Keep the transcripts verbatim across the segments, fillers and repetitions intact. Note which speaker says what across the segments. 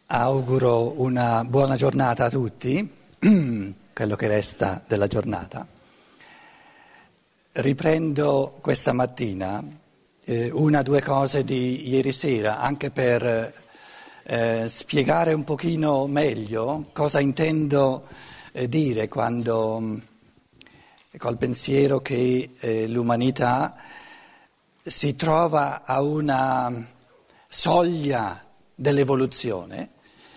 Speaker 1: Auguro una buona giornata a tutti, quello che resta della giornata. Riprendo questa mattina eh, una o due cose di ieri sera, anche per eh, spiegare un pochino meglio cosa intendo eh, dire quando, col pensiero che eh, l'umanità si trova a una soglia dell'evoluzione.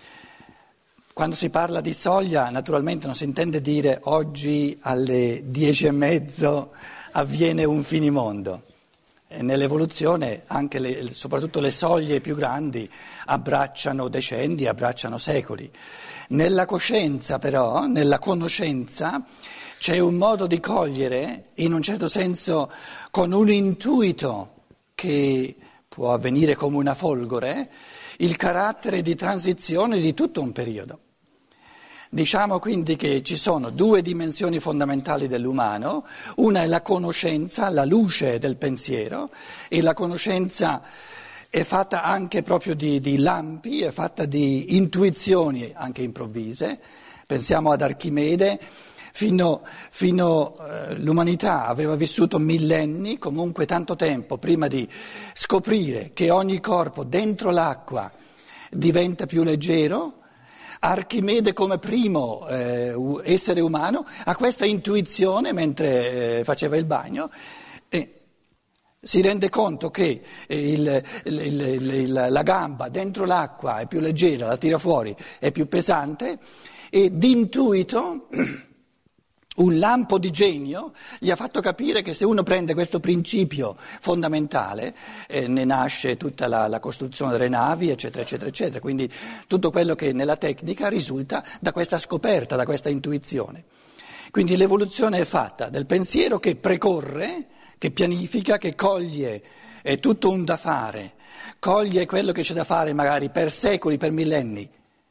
Speaker 1: Quando si parla di soglia, naturalmente non si intende dire oggi alle dieci e mezzo avviene un finimondo. E nell'evoluzione anche le, soprattutto le soglie più grandi abbracciano decenni, abbracciano secoli. Nella coscienza però, nella conoscenza, c'è un modo di cogliere, in un certo senso con un intuito che può avvenire come una folgore, il carattere di transizione di tutto un periodo. Diciamo quindi che ci sono due dimensioni fondamentali dell'umano, una è la conoscenza, la luce del pensiero, e la conoscenza è fatta anche proprio di, di lampi, è fatta di intuizioni anche improvvise. Pensiamo ad Archimede. Fino, fino eh, l'umanità aveva vissuto millenni, comunque tanto tempo, prima di scoprire che ogni corpo dentro l'acqua diventa più leggero. Archimede come primo eh, essere umano ha questa intuizione mentre eh, faceva il bagno e si rende conto che il, il, il, il, la gamba dentro l'acqua è più leggera, la tira fuori è più pesante e d'intuito un lampo di genio gli ha fatto capire che se uno prende questo principio fondamentale, eh, ne nasce tutta la, la costruzione delle navi, eccetera, eccetera, eccetera. Quindi tutto quello che nella tecnica risulta da questa scoperta, da questa intuizione. Quindi l'evoluzione è fatta del pensiero che precorre, che pianifica, che coglie è tutto un da fare, coglie quello che c'è da fare magari per secoli, per millenni,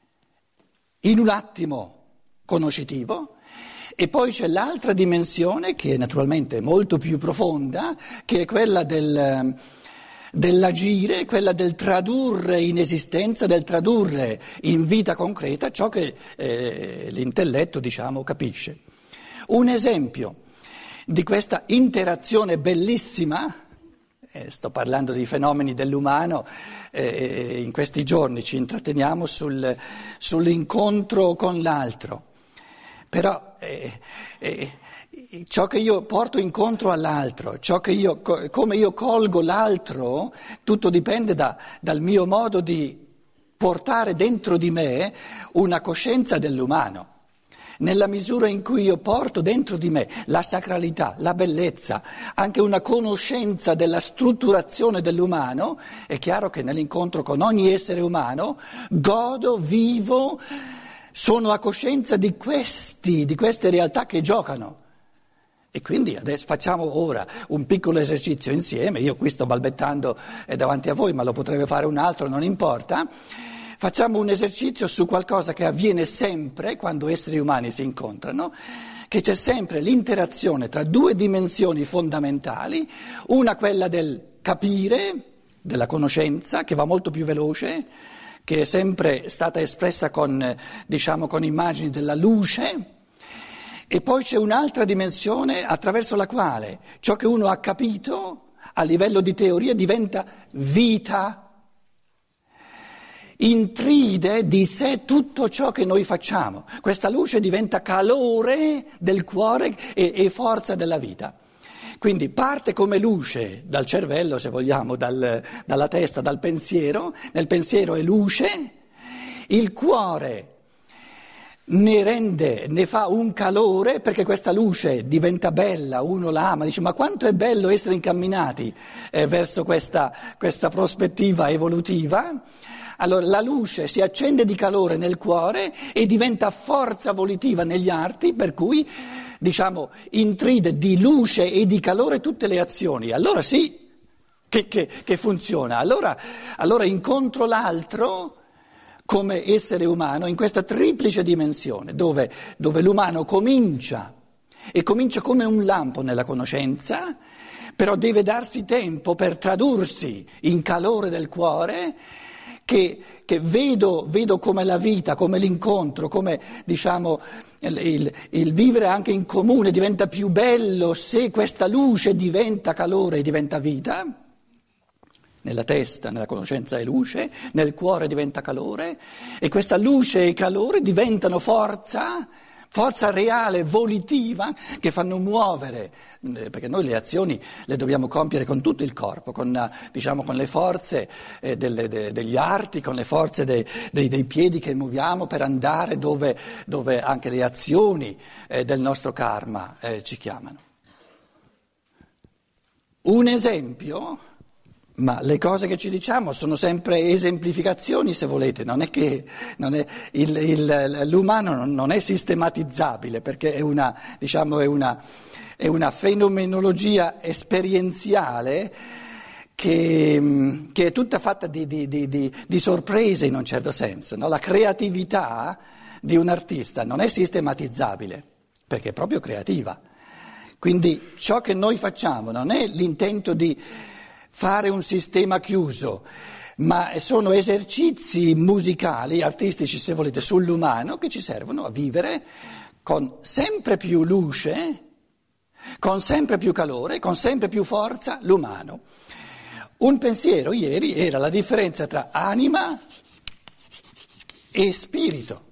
Speaker 1: in un attimo conoscitivo. E poi c'è l'altra dimensione che è naturalmente molto più profonda, che è quella del, dell'agire, quella del tradurre in esistenza, del tradurre in vita concreta ciò che eh, l'intelletto, diciamo, capisce. Un esempio di questa interazione bellissima, eh, sto parlando di fenomeni dell'umano, eh, in questi giorni ci intratteniamo sul, sull'incontro con l'altro. Però eh, eh, ciò che io porto incontro all'altro, ciò che io, come io colgo l'altro, tutto dipende da, dal mio modo di portare dentro di me una coscienza dell'umano. Nella misura in cui io porto dentro di me la sacralità, la bellezza, anche una conoscenza della strutturazione dell'umano, è chiaro che nell'incontro con ogni essere umano godo, vivo, sono a coscienza di questi, di queste realtà che giocano. E quindi adesso facciamo ora un piccolo esercizio insieme, io qui sto balbettando davanti a voi, ma lo potrebbe fare un altro, non importa. Facciamo un esercizio su qualcosa che avviene sempre quando esseri umani si incontrano, che c'è sempre l'interazione tra due dimensioni fondamentali, una quella del capire, della conoscenza, che va molto più veloce, che è sempre stata espressa con, diciamo, con immagini della luce, e poi c'è un'altra dimensione attraverso la quale ciò che uno ha capito a livello di teoria diventa vita, intride di sé tutto ciò che noi facciamo. Questa luce diventa calore del cuore e, e forza della vita. Quindi parte come luce dal cervello, se vogliamo, dal, dalla testa, dal pensiero, nel pensiero è luce, il cuore ne rende, ne fa un calore perché questa luce diventa bella, uno la ama, dice ma quanto è bello essere incamminati eh, verso questa, questa prospettiva evolutiva. Allora la luce si accende di calore nel cuore e diventa forza volitiva negli arti, per cui diciamo intride di luce e di calore tutte le azioni. Allora sì che, che, che funziona, allora, allora incontro l'altro come essere umano in questa triplice dimensione dove, dove l'umano comincia e comincia come un lampo nella conoscenza, però deve darsi tempo per tradursi in calore del cuore che, che vedo, vedo come la vita, come l'incontro, come diciamo il, il, il vivere anche in comune diventa più bello se questa luce diventa calore e diventa vita. Nella testa, nella conoscenza è luce, nel cuore diventa calore e questa luce e calore diventano forza, forza reale, volitiva, che fanno muovere, perché noi le azioni le dobbiamo compiere con tutto il corpo, con, diciamo, con le forze eh, delle, de, degli arti, con le forze dei, dei, dei piedi che muoviamo per andare dove, dove anche le azioni eh, del nostro karma eh, ci chiamano. Un esempio... Ma le cose che ci diciamo sono sempre esemplificazioni, se volete, non è che non è, il, il, l'umano non è sistematizzabile perché è una, diciamo, è una, è una fenomenologia esperienziale che, che è tutta fatta di, di, di, di, di sorprese in un certo senso, no? La creatività di un artista non è sistematizzabile perché è proprio creativa. Quindi ciò che noi facciamo non è l'intento di fare un sistema chiuso, ma sono esercizi musicali, artistici se volete, sull'umano che ci servono a vivere con sempre più luce, con sempre più calore, con sempre più forza l'umano. Un pensiero ieri era la differenza tra anima e spirito.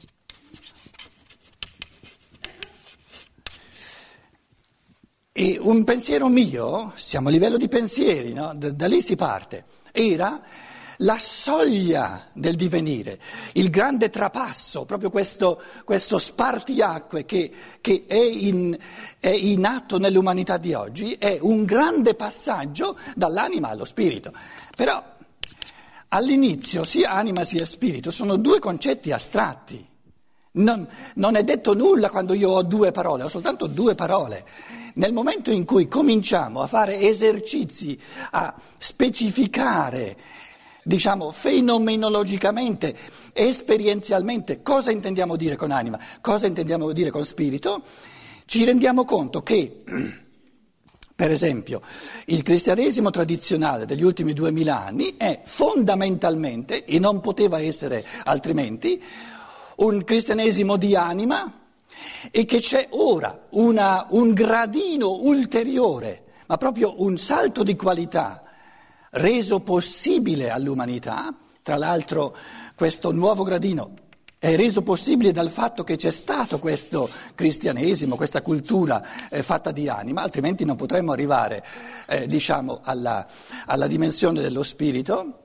Speaker 1: E un pensiero mio, siamo a livello di pensieri, no? da, da lì si parte, era la soglia del divenire, il grande trapasso, proprio questo, questo spartiacque che, che è, in, è in atto nell'umanità di oggi, è un grande passaggio dall'anima allo spirito. Però all'inizio sia anima sia spirito sono due concetti astratti. Non, non è detto nulla quando io ho due parole, ho soltanto due parole. Nel momento in cui cominciamo a fare esercizi, a specificare, diciamo, fenomenologicamente, esperienzialmente cosa intendiamo dire con anima, cosa intendiamo dire con spirito, ci rendiamo conto che, per esempio, il cristianesimo tradizionale degli ultimi duemila anni è fondamentalmente, e non poteva essere altrimenti, un cristianesimo di anima e che c'è ora una, un gradino ulteriore, ma proprio un salto di qualità reso possibile all'umanità. Tra l'altro questo nuovo gradino è reso possibile dal fatto che c'è stato questo cristianesimo, questa cultura eh, fatta di anima, altrimenti non potremmo arrivare eh, diciamo alla, alla dimensione dello spirito.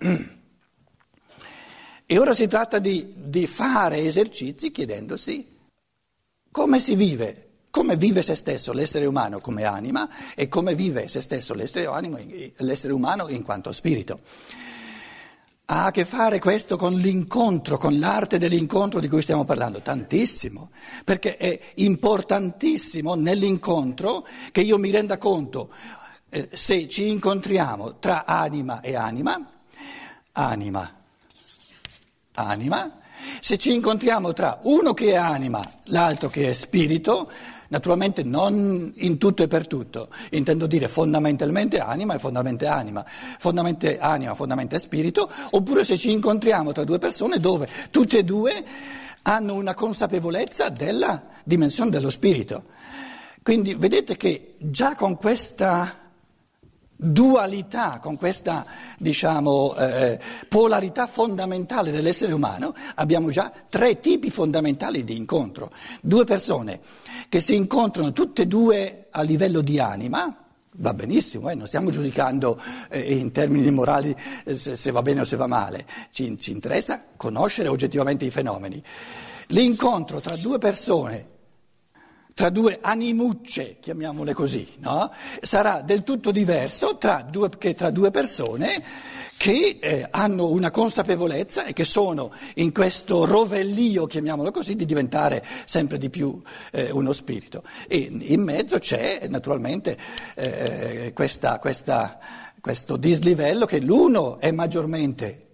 Speaker 1: E ora si tratta di, di fare esercizi chiedendosi come si vive, come vive se stesso l'essere umano come anima e come vive se stesso l'essere, animo, l'essere umano in quanto spirito. Ha a che fare questo con l'incontro, con l'arte dell'incontro di cui stiamo parlando, tantissimo, perché è importantissimo nell'incontro che io mi renda conto eh, se ci incontriamo tra anima e anima, anima, anima, se ci incontriamo tra uno che è anima, l'altro che è spirito, naturalmente non in tutto e per tutto, intendo dire fondamentalmente anima e fondamentalmente anima, fondamentalmente anima, fondamentalmente spirito, oppure se ci incontriamo tra due persone dove tutte e due hanno una consapevolezza della dimensione dello spirito. Quindi vedete che già con questa dualità, con questa diciamo eh, polarità fondamentale dell'essere umano, abbiamo già tre tipi fondamentali di incontro. Due persone che si incontrano tutte e due a livello di anima, va benissimo, eh, non stiamo giudicando eh, in termini morali eh, se, se va bene o se va male, ci, ci interessa conoscere oggettivamente i fenomeni. L'incontro tra due persone, tra due animucce, chiamiamole così, no? Sarà del tutto diverso tra due, che tra due persone che eh, hanno una consapevolezza e che sono in questo rovellio, chiamiamolo così, di diventare sempre di più eh, uno spirito. E in mezzo c'è naturalmente eh, questa, questa, questo dislivello che l'uno è maggiormente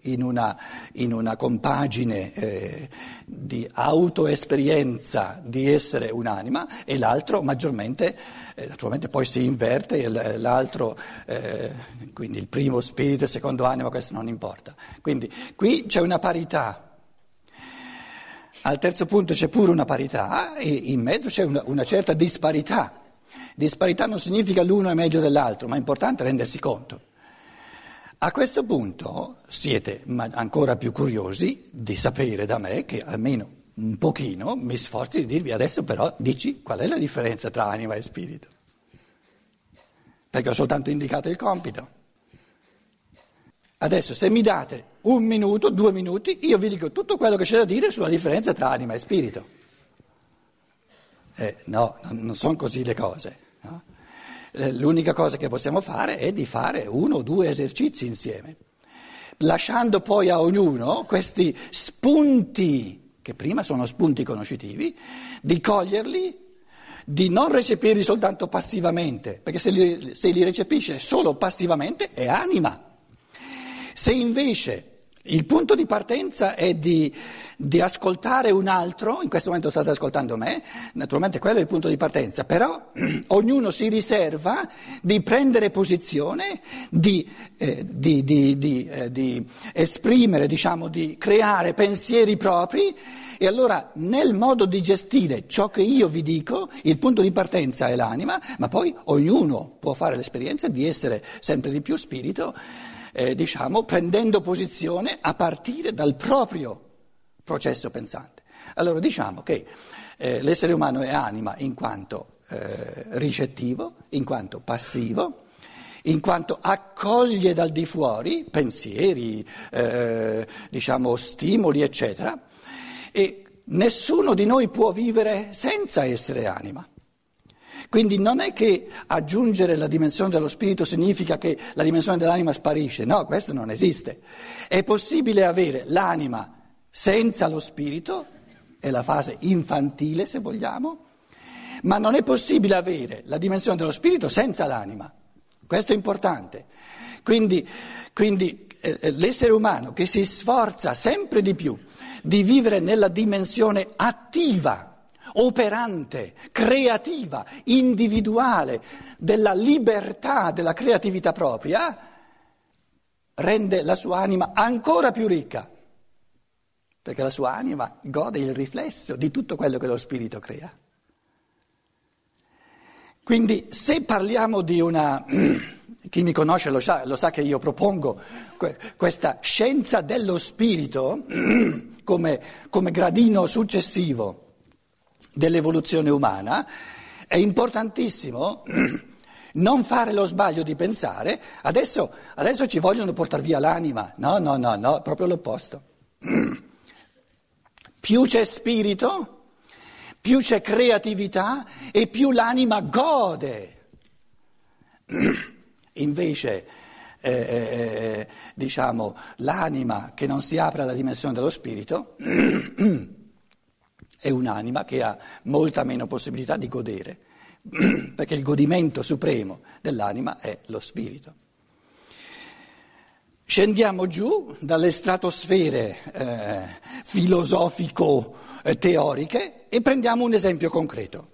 Speaker 1: in una, in una compagine eh, di autoesperienza di essere un'anima e l'altro maggiormente, eh, naturalmente poi si inverte, e l'altro, eh, quindi il primo spirito, il secondo anima, questo non importa. Quindi qui c'è una parità. Al terzo punto c'è pure una parità e in mezzo c'è una, una certa disparità. Disparità non significa l'uno è meglio dell'altro, ma è importante rendersi conto. A questo punto siete ancora più curiosi di sapere da me che almeno un pochino mi sforzi di dirvi adesso però dici qual è la differenza tra anima e spirito. Perché ho soltanto indicato il compito. Adesso se mi date un minuto, due minuti, io vi dico tutto quello che c'è da dire sulla differenza tra anima e spirito. Eh, no, non sono così le cose. No? Eh, l'unica cosa che possiamo fare è di fare uno o due esercizi insieme, lasciando poi a ognuno questi spunti, che prima sono spunti conoscitivi, di coglierli, di non recepirli soltanto passivamente, perché se li, se li recepisce solo passivamente è anima. Se invece il punto di partenza è di, di ascoltare un altro, in questo momento state ascoltando me, naturalmente quello è il punto di partenza, però ognuno si riserva di prendere posizione, di, eh, di, di, di, eh, di esprimere, diciamo, di creare pensieri propri. E allora nel modo di gestire ciò che io vi dico, il punto di partenza è l'anima, ma poi ognuno può fare l'esperienza di essere sempre di più spirito, eh, diciamo, prendendo posizione a partire dal proprio processo pensante. Allora diciamo che eh, l'essere umano è anima in quanto eh, ricettivo, in quanto passivo, in quanto accoglie dal di fuori pensieri, eh, diciamo, stimoli, eccetera. E nessuno di noi può vivere senza essere anima. Quindi non è che aggiungere la dimensione dello spirito significa che la dimensione dell'anima sparisce, no, questo non esiste. È possibile avere l'anima senza lo spirito, è la fase infantile se vogliamo, ma non è possibile avere la dimensione dello spirito senza l'anima. Questo è importante. Quindi, quindi eh, l'essere umano che si sforza sempre di più di vivere nella dimensione attiva, operante, creativa, individuale, della libertà, della creatività propria, rende la sua anima ancora più ricca, perché la sua anima gode il riflesso di tutto quello che lo spirito crea. Quindi se parliamo di una... Chi mi conosce lo sa, lo sa che io propongo que- questa scienza dello spirito come, come gradino successivo dell'evoluzione umana. È importantissimo non fare lo sbaglio di pensare adesso, adesso ci vogliono portare via l'anima. No, no, no, no, proprio l'opposto. Più c'è spirito, più c'è creatività e più l'anima gode. Invece, eh, eh, diciamo, l'anima che non si apre alla dimensione dello spirito è un'anima che ha molta meno possibilità di godere, perché il godimento supremo dell'anima è lo spirito. Scendiamo giù dalle stratosfere eh, filosofico-teoriche e prendiamo un esempio concreto.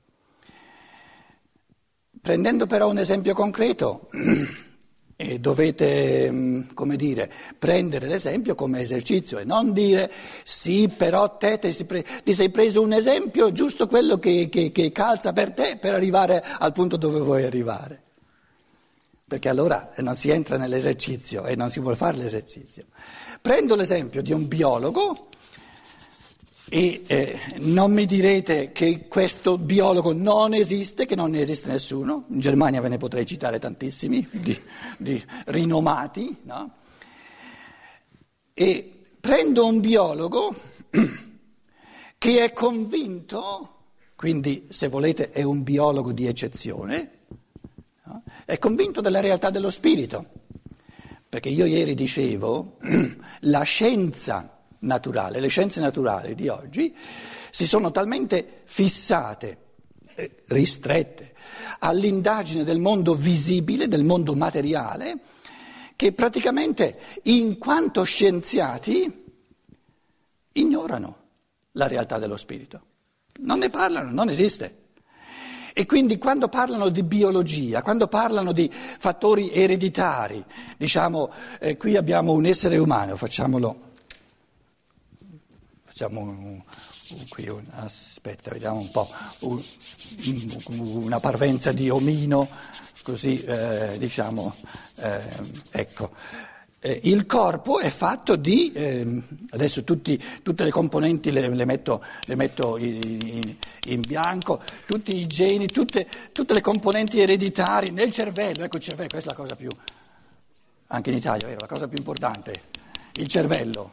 Speaker 1: Prendendo però un esempio concreto, e dovete, come dire, prendere l'esempio come esercizio e non dire sì, però te ti sei, pre- ti sei preso un esempio, giusto quello che, che, che calza per te per arrivare al punto dove vuoi arrivare. Perché allora non si entra nell'esercizio e non si vuole fare l'esercizio. Prendo l'esempio di un biologo. E eh, non mi direte che questo biologo non esiste, che non ne esiste nessuno. In Germania ve ne potrei citare tantissimi, di, di rinomati, no? E prendo un biologo che è convinto, quindi se volete è un biologo di eccezione, no? È convinto della realtà dello spirito. Perché io ieri dicevo, la scienza naturale, le scienze naturali di oggi si sono talmente fissate, eh, ristrette all'indagine del mondo visibile, del mondo materiale, che praticamente, in quanto scienziati, ignorano la realtà dello spirito. Non ne parlano, non esiste. E quindi quando parlano di biologia, quando parlano di fattori ereditari, diciamo, eh, qui abbiamo un essere umano, facciamolo, facciamo un, un, qui un, aspetta, vediamo un po', un, una parvenza di omino, così eh, diciamo, eh, ecco. Eh, il corpo è fatto di, eh, adesso tutti, tutte le componenti le, le metto, le metto in, in, in bianco, tutti i geni, tutte, tutte le componenti ereditarie nel cervello, ecco il cervello, questa è la cosa più, anche in Italia, vero, la cosa più importante, il cervello,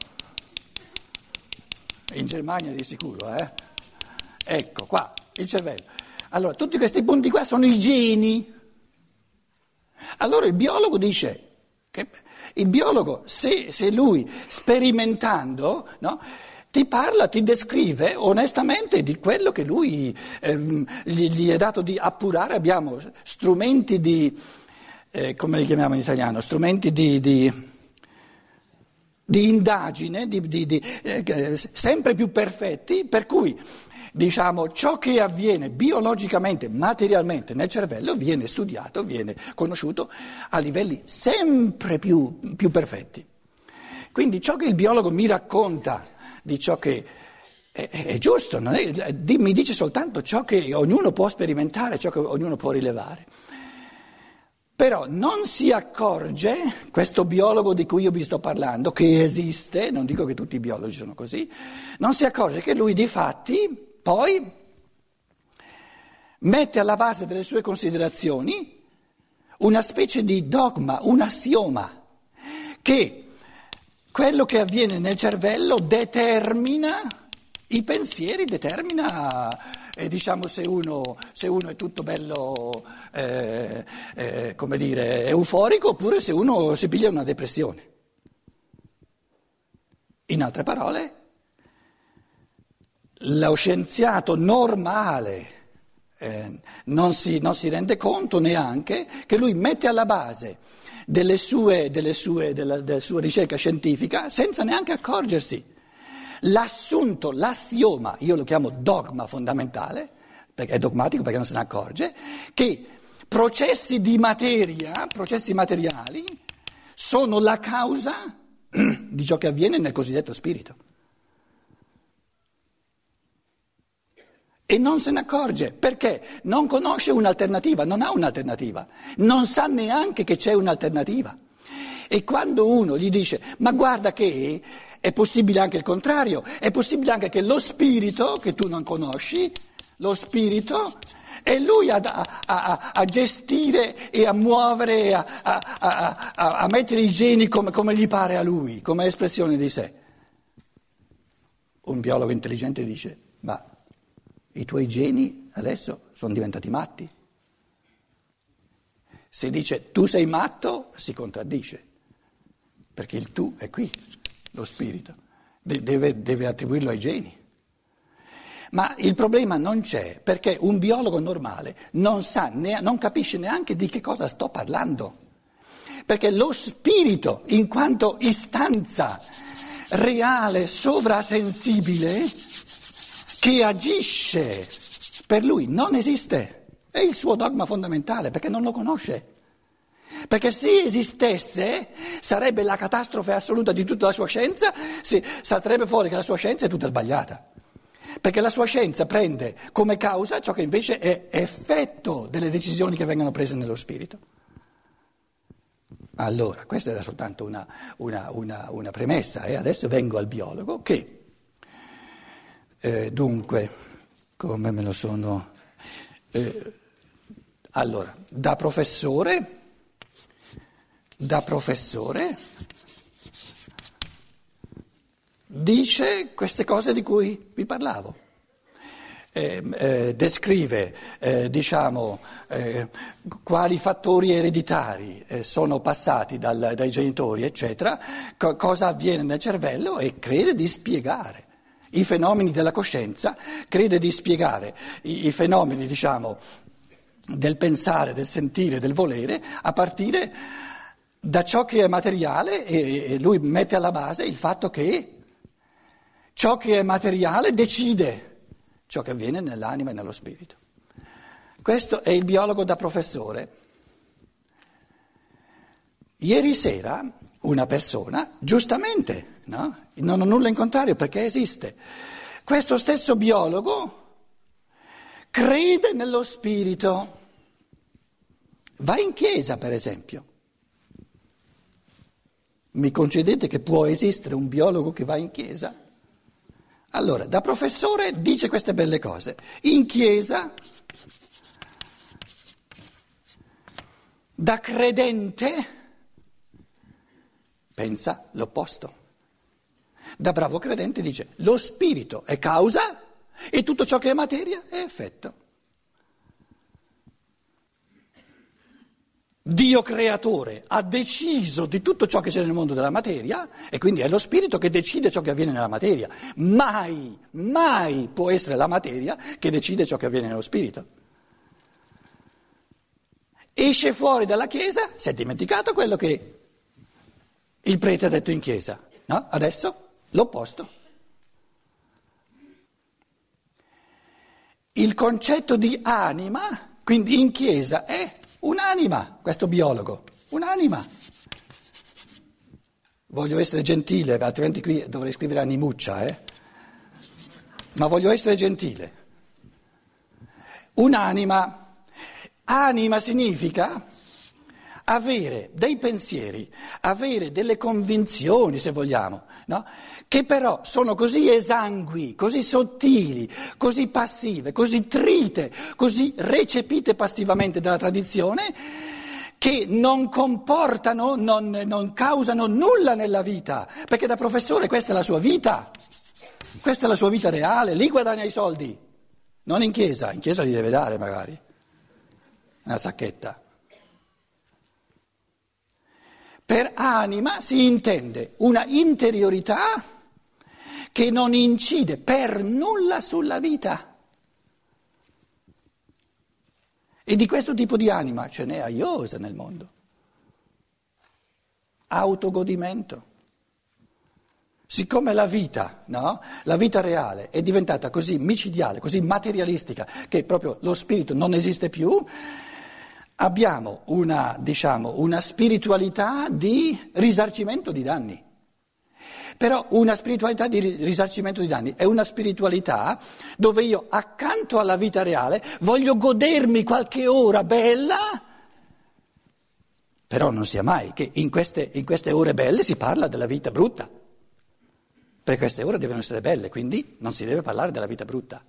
Speaker 1: in Germania di sicuro, eh? Ecco qua, il cervello. Allora, tutti questi punti qua sono i geni. Allora il biologo dice che il biologo, se, se lui sperimentando, no, ti parla, ti descrive onestamente di quello che lui ehm, gli, gli è dato di appurare, abbiamo strumenti di, eh, come li chiamiamo in italiano, strumenti di, di, di indagine, di, di, di, eh, sempre più perfetti, per cui diciamo, ciò che avviene biologicamente, materialmente nel cervello viene studiato, viene conosciuto a livelli sempre più, più perfetti. Quindi ciò che il biologo mi racconta di ciò che è, è giusto, non è, mi dice soltanto ciò che ognuno può sperimentare, ciò che ognuno può rilevare. Però non si accorge, questo biologo di cui io vi sto parlando, che esiste, non dico che tutti i biologi sono così, non si accorge che lui di fatti poi mette alla base delle sue considerazioni una specie di dogma, un assioma, che quello che avviene nel cervello determina i pensieri, determina, eh, diciamo, se uno, se uno è tutto bello, eh, eh, come dire, euforico, oppure se uno si piglia una depressione. In altre parole, lo scienziato normale eh, non, si, non si rende conto neanche che lui mette alla base delle sue, delle sue, della, della sua ricerca scientifica senza neanche accorgersi. L'assunto, l'assioma, io lo chiamo dogma fondamentale, perché è dogmatico perché non se ne accorge, che processi di materia, processi materiali, sono la causa di ciò che avviene nel cosiddetto spirito. E non se ne accorge perché non conosce un'alternativa, non ha un'alternativa, non sa neanche che c'è un'alternativa. E quando uno gli dice, ma guarda che è possibile anche il contrario, è possibile anche che lo spirito, che tu non conosci, lo spirito, è lui a, a, a, a gestire e a muovere, a, a, a, a mettere i geni come, come gli pare a lui, come espressione di sé. Un biologo intelligente dice, ma i tuoi geni adesso sono diventati matti. Se dice tu sei matto, si contraddice, perché il tu è qui, lo spirito, De- deve, deve attribuirlo ai geni. Ma il problema non c'è, perché un biologo normale non sa, ne- non capisce neanche di che cosa sto parlando, perché lo spirito, in quanto istanza reale, sovrasensibile, che agisce per lui non esiste, è il suo dogma fondamentale perché non lo conosce, perché se esistesse sarebbe la catastrofe assoluta di tutta la sua scienza, se salterebbe fuori che la sua scienza è tutta sbagliata, perché la sua scienza prende come causa ciò che invece è effetto delle decisioni che vengono prese nello spirito. Allora, questa era soltanto una, una, una, una premessa e adesso vengo al biologo che Eh, dunque, come me lo sono... Eh, allora, da professore, da professore, dice queste cose di cui vi parlavo. Eh, eh, descrive, eh, diciamo, eh, quali fattori ereditari eh, sono passati dal, dai genitori, eccetera, co- cosa avviene nel cervello e crede di spiegare i fenomeni della coscienza, crede di spiegare i, i fenomeni, diciamo, del pensare, del sentire, del volere, a partire da ciò che è materiale e lui mette alla base il fatto che ciò che è materiale decide ciò che avviene nell'anima e nello spirito. Questo è il biologo da professore. Ieri sera una persona, giustamente, no? Non ho nulla in contrario perché esiste, questo stesso biologo crede nello spirito, va in chiesa per esempio. Mi concedete che può esistere un biologo che va in chiesa? Allora, da professore dice queste belle cose, in chiesa, da credente pensa l'opposto. Da bravo credente dice lo spirito è causa e tutto ciò che è materia è effetto. Dio creatore ha deciso di tutto ciò che c'è nel mondo della materia e quindi è lo spirito che decide ciò che avviene nella materia. Mai, mai può essere la materia che decide ciò che avviene nello spirito. Esce fuori dalla chiesa, si è dimenticato quello che il prete ha detto in chiesa, no? Adesso l'opposto. Il concetto di anima, quindi in chiesa, è un'anima, questo biologo, un'anima. Voglio essere gentile, altrimenti qui dovrei scrivere animuccia, eh? Ma voglio essere gentile. Un'anima. Anima significa avere dei pensieri, avere delle convinzioni, se vogliamo, no? Che però sono così esangui, così sottili, così passive, così trite, così recepite passivamente dalla tradizione, che non comportano, non, non causano nulla nella vita, perché da professore questa è la sua vita, questa è la sua vita reale, lì guadagna i soldi, non in chiesa, in chiesa li deve dare magari, una sacchetta. Per anima si intende una interiorità che non incide per nulla sulla vita. E di questo tipo di anima ce n'è aiosa nel mondo. Autogodimento. Siccome la vita, no? La vita reale è diventata così micidiale, così materialistica, che proprio lo spirito non esiste più, abbiamo una, diciamo, una spiritualità di risarcimento di danni. Però una spiritualità di risarcimento di danni è una spiritualità dove io accanto alla vita reale voglio godermi qualche ora bella, però non sia mai che in queste, in queste ore belle si parla della vita brutta, perché queste ore devono essere belle, quindi non si deve parlare della vita brutta.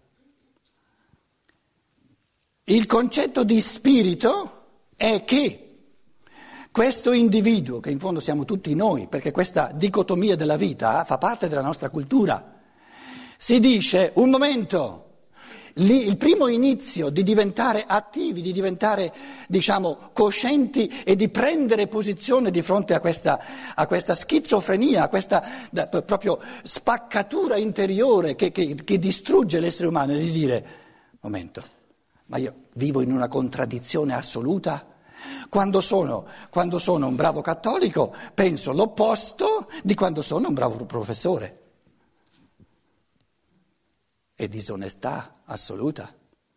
Speaker 1: Il concetto di spirito è che questo individuo, che in fondo siamo tutti noi, perché questa dicotomia della vita fa parte della nostra cultura, si dice, un momento, lì, il primo inizio di diventare attivi, di diventare, diciamo, coscienti e di prendere posizione di fronte a questa, a questa schizofrenia, a questa da, proprio spaccatura interiore che, che, che distrugge l'essere umano, è di dire, momento, ma io vivo in una contraddizione assoluta? Quando sono, quando sono un bravo cattolico penso l'opposto di quando sono un bravo professore. È disonestà assoluta.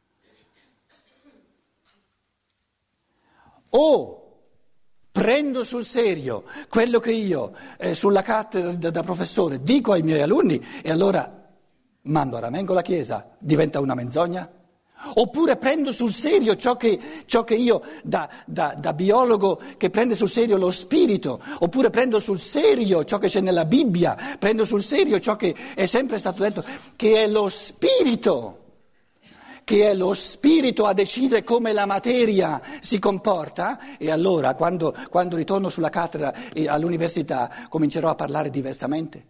Speaker 1: O prendo sul serio quello che io eh, sulla cattedra da, da professore dico ai miei alunni e allora mando a ramengo la Chiesa, diventa una menzogna? Oppure prendo sul serio ciò che, ciò che io da, da, da biologo che prende sul serio lo spirito, oppure prendo sul serio ciò che c'è nella Bibbia, prendo sul serio ciò che è sempre stato detto, che è lo spirito, che è lo spirito a decidere come la materia si comporta, e allora quando, quando ritorno sulla cattedra e all'università comincerò a parlare diversamente.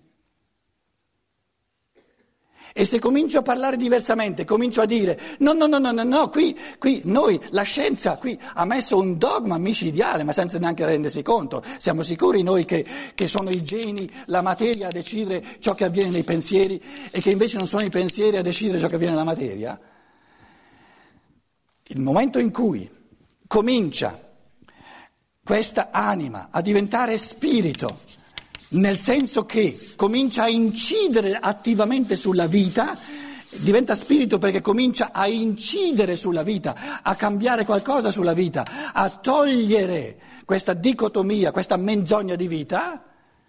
Speaker 1: E se comincio a parlare diversamente, comincio a dire no, no, no, no, no, no, qui, qui noi, la scienza, qui ha messo un dogma micidiale, ma senza neanche rendersi conto. Siamo sicuri noi che, che sono i geni, la materia a decidere ciò che avviene nei pensieri e che invece non sono i pensieri a decidere ciò che avviene nella materia? Il momento in cui comincia questa anima a diventare spirito, nel senso che comincia a incidere attivamente sulla vita, diventa spirito perché comincia a incidere sulla vita, a cambiare qualcosa sulla vita, a togliere questa dicotomia, questa menzogna di vita,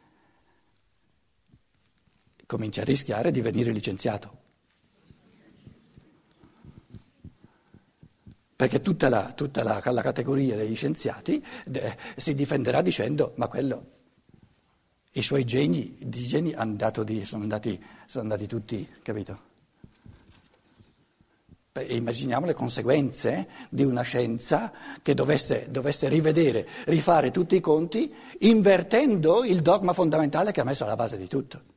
Speaker 1: comincia a rischiare di venire licenziato. Perché tutta la, tutta la, la categoria degli scienziati de, si difenderà dicendo ma quello, i suoi geni, i geni hanno dato di, sono, andati, sono andati tutti, capito? Beh, immaginiamo le conseguenze di una scienza che dovesse, dovesse rivedere, rifare tutti i conti, invertendo il dogma fondamentale che ha messo alla base di tutto.